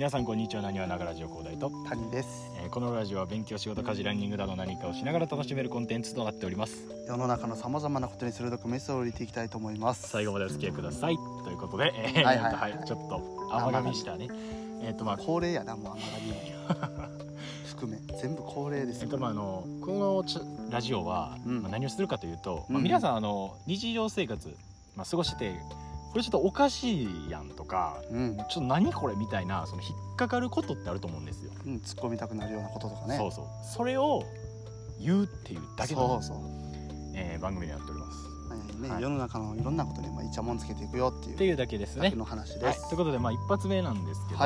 皆さんこんにちは。なにわながラジオ広大と谷です。 このラジオは勉強、仕事、家事、ランニングなど何かをしながら楽しめるコンテンツとなっております。 世の中のさまざまなことに鋭くメスを入れていきたいと思います。 最後までお付き合いくださいということで、ちょっと甘噛みしたね。 恒例やな、もう甘噛み含め全部恒例ですよ。 このラジオは、何をするかというと、皆さん日常生活、過ごしててこれちょっとおかしいやんとか、ちょっと何これみたいなその引っかかることってあると思うんですよ。 突っ込みたくなるようなこととかね。 それを言うっていうだけの番組になっております。 世の中のいろんなことにイチャモンつけていくよっていうだけですね。 の話です。 ということで一発目なんですけど、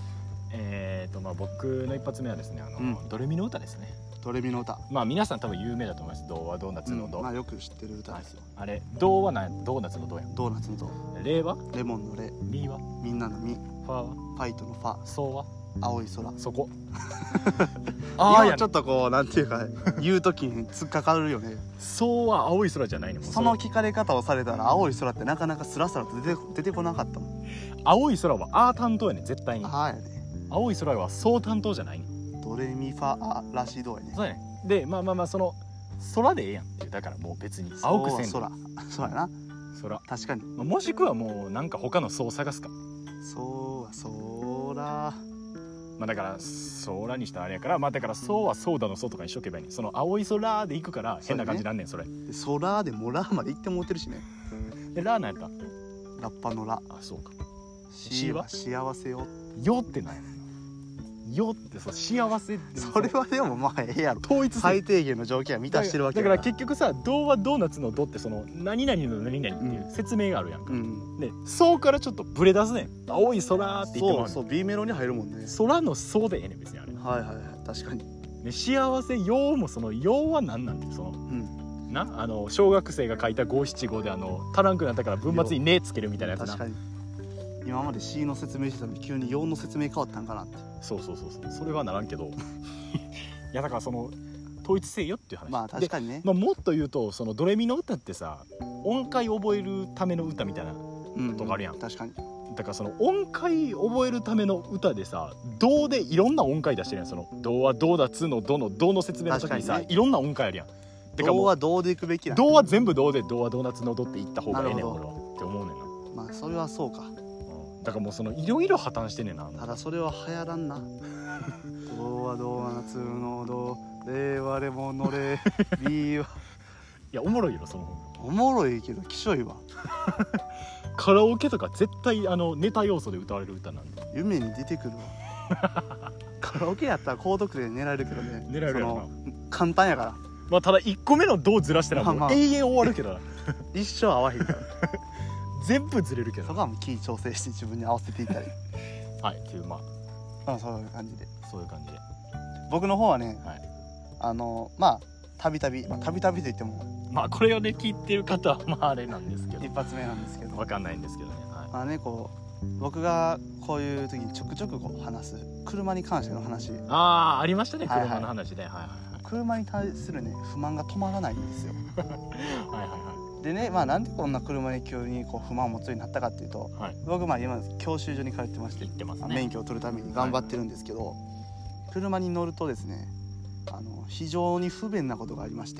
僕の一発目はですね、ドレミの歌ですね。 ドレミの歌。皆さん多分有名だと思います。ドはドーナツのド。 よく知ってる歌ですよ。 あれドはドーナツのドやん。 ドーナツのド。 レはレモンのレ。 ミはみんなのミ。 ファはファイトのファ。 ソは青い空。 そこ。 今ちょっとこうなんていうか言うときに突っかかるよね。 そうは青い空じゃないの。 その聞かれ方をされたら青い空ってなかなかスラスラと出てこなかったもん。 青い空は担当やね、絶対に。 やね。 青い空はそう担当じゃないね。 ドレミファアラシドやね。 そうやね。でその空でええやんっていう。だからもう別に青くせんで。 そうやな。 空。 確かに。 もしくはもうなんか他のそう探すか。 そうは空。 だから空にしたらあれやから、だからそうはそうだのそうとかにしとけばいいね。その青い空で行くから変な感じなんねんそれ。 空でもラーまで行ってもうてるしね。 ラーなんやった？ ラッパのラ。 そうか。 シは幸せよ。 よってなんやねん。よって幸せって。 それはでもええやろ。 統一最低限の条件は満たしてるわけだから結局さ、ドはドーナツのドってその何々の何々っていう説明があるやんか。でそうからちょっとブレ出すねん。青い空って言ってもらう。 B メロに入るもんね。 空のそうでええねん別にあれ。 確かに。 幸せよもそのよは何なんてその小学生が書いた五七五で足らんくなったから文末にねつけるみたいなやつな。 確かに。今まで C の説明してたのに急に4の説明変わったんかなって。 そうそれはならんけどいやだからその統一せよっていう話。 確かにね。 もっと言うとそのドレミの歌ってさ、音階覚えるための歌みたいなとかあるやん。 確かに。 だからその音階覚えるための歌でさ、ドでいろんな音階出してるやん。そのドはドーナツのドのドの説明の時にさ、いろんな音階あるやん。 ドはドでいくべきな。 ドは全部ドでドはドーナツのドって言った方がええねん俺はって思うねんな。 それはそうか。 だからもうそのいろいろ破綻してんねんな。 ただそれは流行らんな。ドはドーナツのド、レはレモンのレ、ビはいやおもろいよその方。 おもろいけどきしょいわ。 カラオケとか絶対ネタ要素で歌われる歌なんで。 夢に出てくるわ。カラオケやったら高得点狙えるけどね。 狙えるやろな。 簡単やから。 ただ1個目のドをずらしたらもう永遠終わるけどな。 一生合わへんから全部ずれるけど。 そこはもうキー調整して自分に合わせていったり。 っていうそういう感じで。僕の方はね、たびたびと言ってもこれをね聞いてる方はあれなんですけど、 一発目なんですけど、 分かんないんですけどね。 僕がこういう時にちょくちょく話す車に関しての話。 ありましたね、車の話で。 車に対するね不満が止まらないんですよ。でね、なんでこんな車に急に不満を持つようになったかっていうと、僕今教習所に通ってまして、免許を取るために頑張ってるんですけど、車に乗るとですね、非常に不便なことがありまして、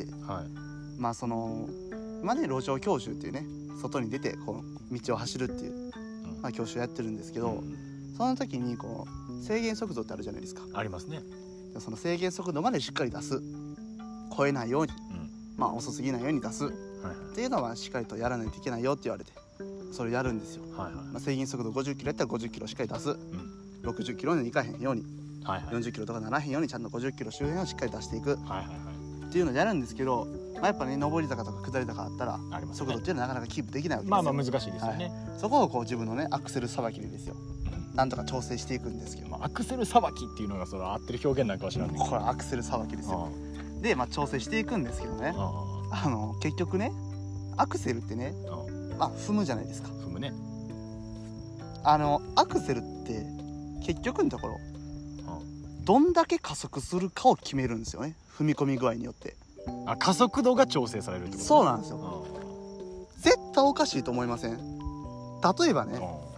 路上教習っていうね、外に出て道を走るっていう、教習やってるんですけど、その時に制限速度ってあるじゃないですか。 ありますね。 その制限速度までしっかり出す、超えないように、遅すぎないように出すっていうのはしっかりとやらないといけないよって言われて、それやるんですよ。制限速度50キロやったら50キロしっかり出す、60キロにいかへんように、40キロとかならへんようにちゃんと50キロ周辺をしっかり出していくっていうのをやるんですけど、やっぱね上り坂とか下り坂あったら速度っていうのはなかなかキープできないわけですよ。 難しいですよね。 そこを自分のねアクセルさばきでですよ、なんとか調整していくんですけど、 アクセルさばきっていうのがそれ合ってる表現なんかは知らんねんけど、 これアクセルさばきですよ。で調整していくんですけどね、結局ねアクセルってね踏むじゃないですか。 踏むね。 アクセルって結局のところどんだけ加速するかを決めるんですよね、踏み込み具合によって。 加速度が調整されるってこと。 そうなんですよ。絶対おかしいと思いません？例えばね、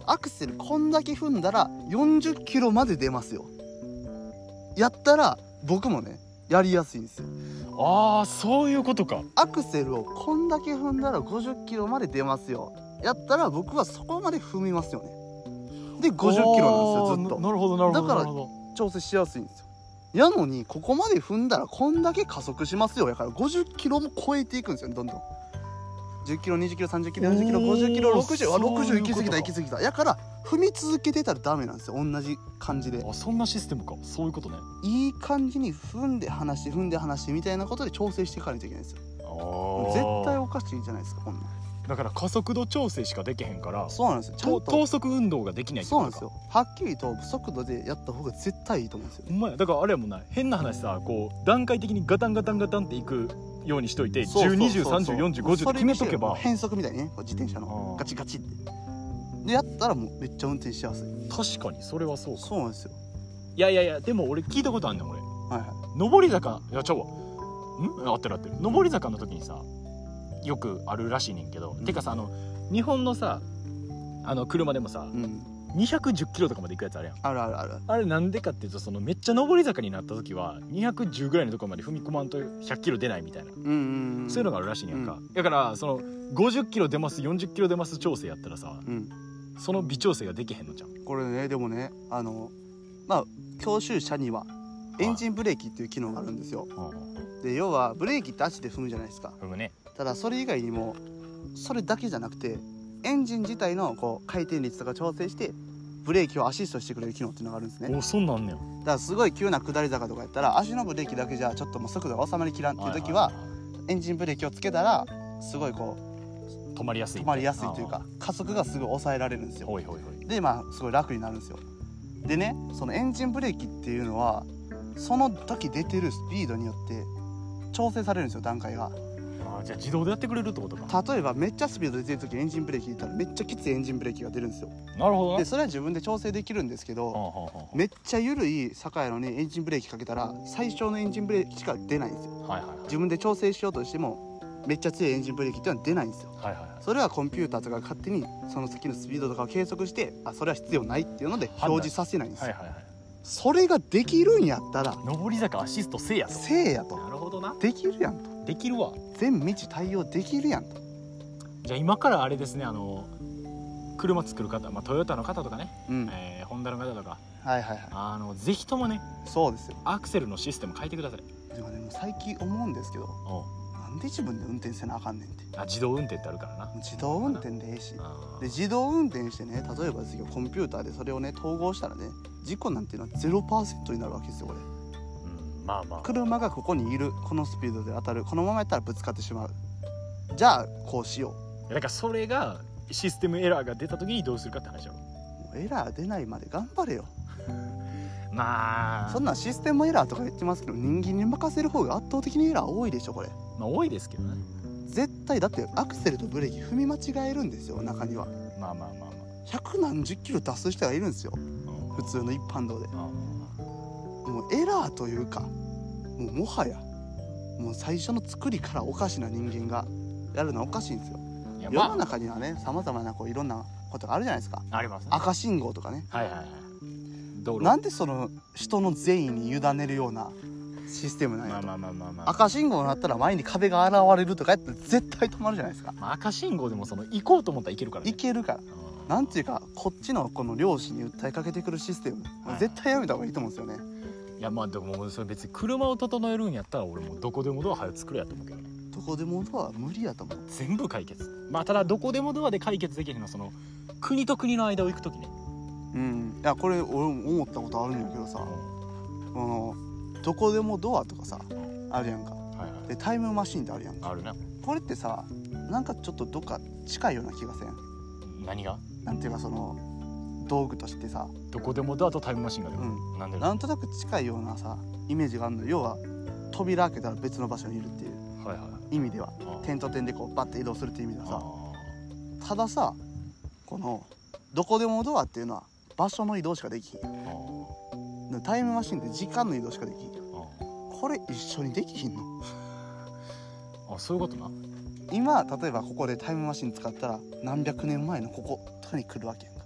アクセルこんだけ踏んだら40キロまで出ますよ。やったら僕もねやりやすいんですよ。 ああ、そういうことか。 アクセルをこんだけ踏んだら50キロまで出ますよ。やったら僕はそこまで踏みますよね。で50キロなんですよずっと。 なるほどなるほど。 だから調整しやすいんですよ。やのにここまで踏んだらこんだけ加速しますよ。やから50キロも超えていくんですよね、どんどん。10キロ20キロ30キロ40キロ50キロ60、60行き過ぎた行き過ぎた。やから踏み続けてたらダメなんですよ、同じ感じで。 あ、そんなシステムか。そういうことね。 いい感じに踏んで離して踏んで離してみたいなことで調整していかないといけないんですよ。絶対おかしいじゃないですかこんなん。 だから加速度調整しかできへんから、 そうなんですよ。ちゃんと等速運動ができないってことか。 そうなんですよ。はっきりと速度でやった方が絶対いいと思うんですよ。 ほんまや。だからあれやもんな、変な話さ、こう段階的にガタンガタンガタンっていくようにしといて、10、20、30、40、50って決めとけば、 変速みたいにね、こう自転車のガチガチってでやったらもうめっちゃ運転しやすい。 確かにそれはそうか。 そうなんですよ。 いやいやいや、でも俺聞いたことあんねん俺。 はいはい。 上り坂、いやちゃうわ、合ってる合ってる。上り坂の時にさ、よくあるらしいねんけど、てかさ、日本のさ、車でもさ、210キロとかまで行くやつあるやん。 あるあるある。 あれなんでかっていうと、そのめっちゃ上り坂になった時は210ぐらいのところまで踏み込まんと100キロ出ないみたいな、そういうのがあるらしいんやんか。だからその50キロ出ます40キロ出ます調整やったらさ、その微調整ができへんのじゃん。 これね、でもね、まあ教習車にはエンジンブレーキっていう機能があるんですよ。で要はブレーキって足で踏むじゃないですか。 踏むね。 ただそれ以外にもそれだけじゃなくて、エンジン自体のこう回転率とか調整してブレーキをアシストしてくれる機能っていうのがあるんですね。 お、そんなんねん。 だからすごい急な下り坂とかやったら足のブレーキだけじゃちょっともう速度が収まりきらんっていう時は、エンジンブレーキをつけたらすごいこう止まりやすいというか、加速がすごい抑えられるんですよ。 ほいほいほい。 でまあすごい楽になるんですよ。でね、そのエンジンブレーキっていうのはその時出てるスピードによって調整されるんですよ、段階が。 じゃあ自動でやってくれるってことか。 例えばめっちゃスピード出てる時エンジンブレーキ入れたらめっちゃきついエンジンブレーキが出るんですよ。 なるほど。 でそれは自分で調整できるんですけど、めっちゃ緩い坂やのにエンジンブレーキかけたら最小のエンジンブレーキしか出ないんですよ。自分で調整しようとしてもめっちゃ強いエンジンブレーキっていうのは出ないんですよ。それはコンピューターとか勝手にその先のスピードとかを計測して、それは必要ないっていうので表示させないんですよ。それができるんやったら上り坂アシストせえやと。なるほどな。 できるやんと。 できるわ。 全道対応できるやんと。 じゃあ今からあれですね、車作る方、トヨタの方とかね、ホンダの方とか、ぜひともね、 そうですよ、 アクセルのシステム変えてください。 でもね、最近思うんですけど、なんで自分で運転せなあかんねんって。 自動運転ってあるからな。 自動運転でええし、で自動運転してね、例えばですけどコンピューターでそれをね統合したらね、事故なんていうのは 0% になるわけですよこれ。車がここにいる、このスピードで当たる、このままやったらぶつかってしまう、じゃあこうしよう。だからそれがシステムエラーが出た時にどうするかって話だろ。 もうエラー出ないまで頑張れよまあそんなシステムエラーとか言ってますけど、人間に任せる方が圧倒的にエラー多いでしょこれ。 多いですけどね。 絶対だってアクセルとブレーキ踏み間違えるんですよ、中には。百何十キロ出す人がいるんですよ、普通の一般道で。もうエラーというか、もはやもう最初の作りからおかしな人間がやるのはおかしいんですよ。世の中にはね、さまざまなこういろんなことがあるじゃないですか。 ありますね。 赤信号とかね。なんでその人の善意に委ねるようなシステムなんやと。赤信号になったら前に壁が現れるとかやったら絶対止まるじゃないですか。 赤信号でも行こうと思ったらいけるからね。 いけるから。なんていうか、こっちのこの漁師に訴えかけてくるシステム、絶対やめた方がいいと思うんですよね。 いやでもそれ別に車を整えるんやったら俺もどこでもドア早く作るやと思うけどね。 どこでもドア無理やと思う。 全部解決。ただどこでもドアで解決できるのはその国と国の間を行く時ね。 いやこれ俺も思ったことあるんやけどさ、どこでもドアとかさあるやんか。でタイムマシンってあるやんか。 あるな。 これってさ、なんかちょっとどっか近いような気がせん？ 何が？ なんていうかその道具としてさ、 どこでもドアとタイムマシンが出る。 なんとなく近いようなさイメージがあるの。要は扉開けたら別の場所にいるっていう意味では、点と点でこうバッて移動するっていう意味ではさ、たださ、このどこでもドアっていうのは場所の移動しかできひん。タイムマシンって時間の移動しかできひん。これ一緒にできひんの？ そういうことな。 今例えばここでタイムマシン使ったら何百年前のこことかに来るわけやんか。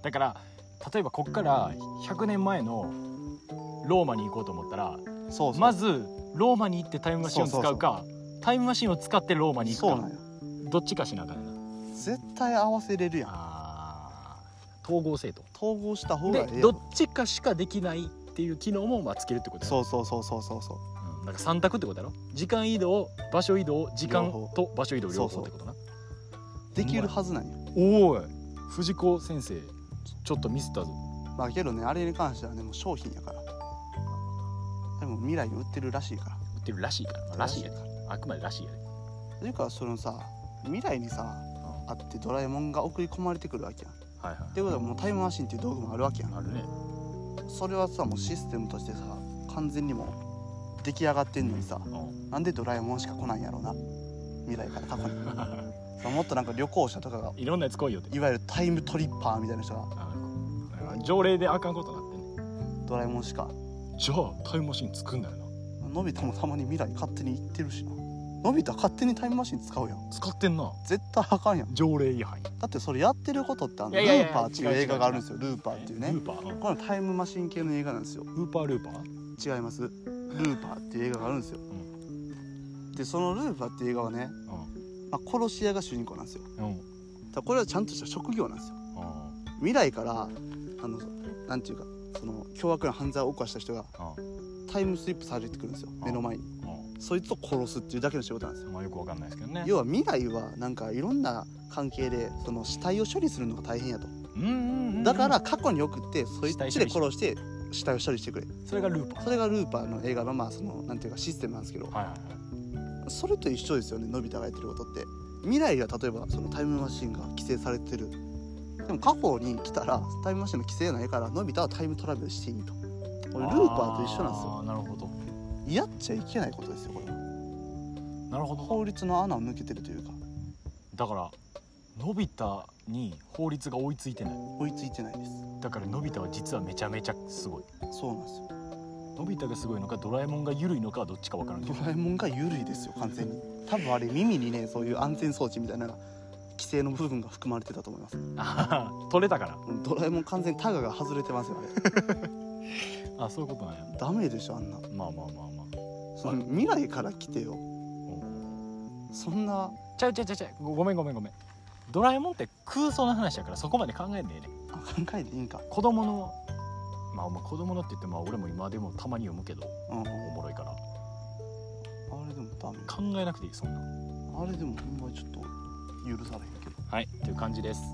だから例えばこっから100年前のローマに行こうと思ったら、そうそう、まずローマに行ってタイムマシンを使うか、タイムマシンを使ってローマに行くか、そうなんよ、どっちかしなあかんな。 絶対合わせれるやん。 統合性と統合した方がいい。 でどっちかしかできないっていう機能もまあつけるってことや。 そうそう、 だから3択ってことやろ。時間移動、場所移動、時間と場所移動両方ってことな。 できるはずなんよ。 おい藤子先生ちょっとミスったぞ。 まあけどね、あれに関してはね、もう商品やから。でも未来に売ってるらしいから。 売ってるらしいから、まあ、らしいやで、あくまでらしいやで。 というかそのさ、未来にさ、あってドラえもんが送り込まれてくるわけやん。はいはい。っていうことはもうタイムマシンっていう道具もあるわけやん。 あるね。それはさ、もうシステムとしてさ、完全にもう出来上がってんのにさ、なんでドラえもんしか来ないんやろうな、未来から過去に。もっとなんか旅行者とかがいろんなやつ来いよって、 いわゆるタイムトリッパーみたいな人が条例であかんことになってんね。 ドラえもんしか。 じゃあタイムマシン作んだよな。 のび太もたまに未来勝手に行ってるしな。のび太勝手にタイムマシン使うやん。 使ってんな。 絶対あかんやん。 条例違反。 だってそれやってることってルーパーっていう映画があるんですよ。ルーパーっていうね。ルーパー、これタイムマシン系の映画なんですよ。 ルーパー違います。ルーパーっていう映画があるんですよ。でそのルーパーっていう映画はね、まあ、殺し屋が主人公なんですよ。だこれはちゃんとした職業なんですよ。未来からなんていうか、その凶悪な犯罪を犯した人がタイムスリップされてくるんですよ、目の前に。そいつを殺すっていうだけの仕事なんですよ。 まあよくわかんないですけどね。 要は未来はなんかいろんな関係でその死体を処理するのが大変やと。だから過去に送ってそいつで殺して死体を処理してくれ。 それがルーパー。 それがルーパーの映画のまあそのなんていうかシステムなんですけど、それと一緒ですよね、のび太がやってることって。未来は例えばそのタイムマシンが規制されてる。でも過去に来たらタイムマシンの規制ないから、のび太はタイムトラベルしていいと。これルーパーと一緒なんですよ。 なるほど。 やっちゃいけないことですよこれは。 なるほど。 法律の穴を抜けてるというか。 だからのび太に法律が追いついてない。 追いついてないです。 だからのび太は実はめちゃめちゃすごい。 そうなんですよ。 のび太がすごいのかドラえもんが緩いのかはどっちか分からんけど、 ドラえもんが緩いですよ完全に。多分あれ耳にね、そういう安全装置みたいな規制の部分が含まれてたと思います。 取れたから。 ドラえもん完全にタガが外れてますよあれ。 あ、そういうことなんや。 ダメでしょあんな。 まあその未来から来てよ。そんなちゃうごめん。ドラえもんって空想の話やからそこまで考えんでええね。 考えていいんか。 子供のまあ子供のって言っても俺も今でもたまに読むけど、おもろいから。 あれでもダメ。 考えなくていいそんな。 あれでもほんまちょっと許されへんけど。 はいという感じです。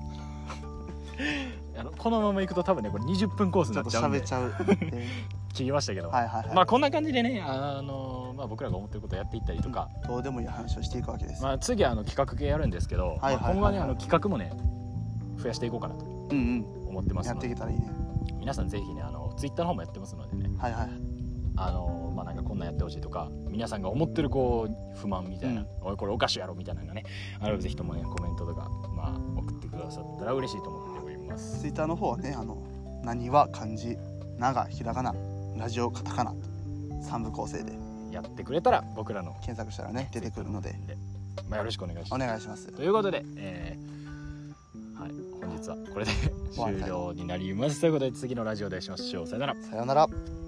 このままいくと多分ねこれ20分コースになっちゃうんでちょっと喋っちゃう。 聞きましたけど、まあこんな感じでねまあ、僕らが思ってることをやっていったりとか、 どうでもいい話をしていくわけです。 まあ、次は企画系やるんですけど、今後はね企画もね増やしていこうかなと思ってますので、 やっていけたらいいね。 皆さんぜひねツイッターの方もやってますのでね、まあなんかこんなんやってほしいとか、皆さんが思ってるこう不満みたいな、おいこれおかしいやろみたいなのがねぜひともねコメントとか、まあ、送ってくださったら嬉しいと思っております。 ツイッターの方はね何は漢字、ながひらがな、ラジオカタカナと3部構成でやってくれたら僕らの検索したらね出てくるので、 まあ、よろしくお願いします。 お願いします。 ということで、はい、本日はこれで終了になります。ということで次のラジオでお会いしましょう。さよなら。 さよなら。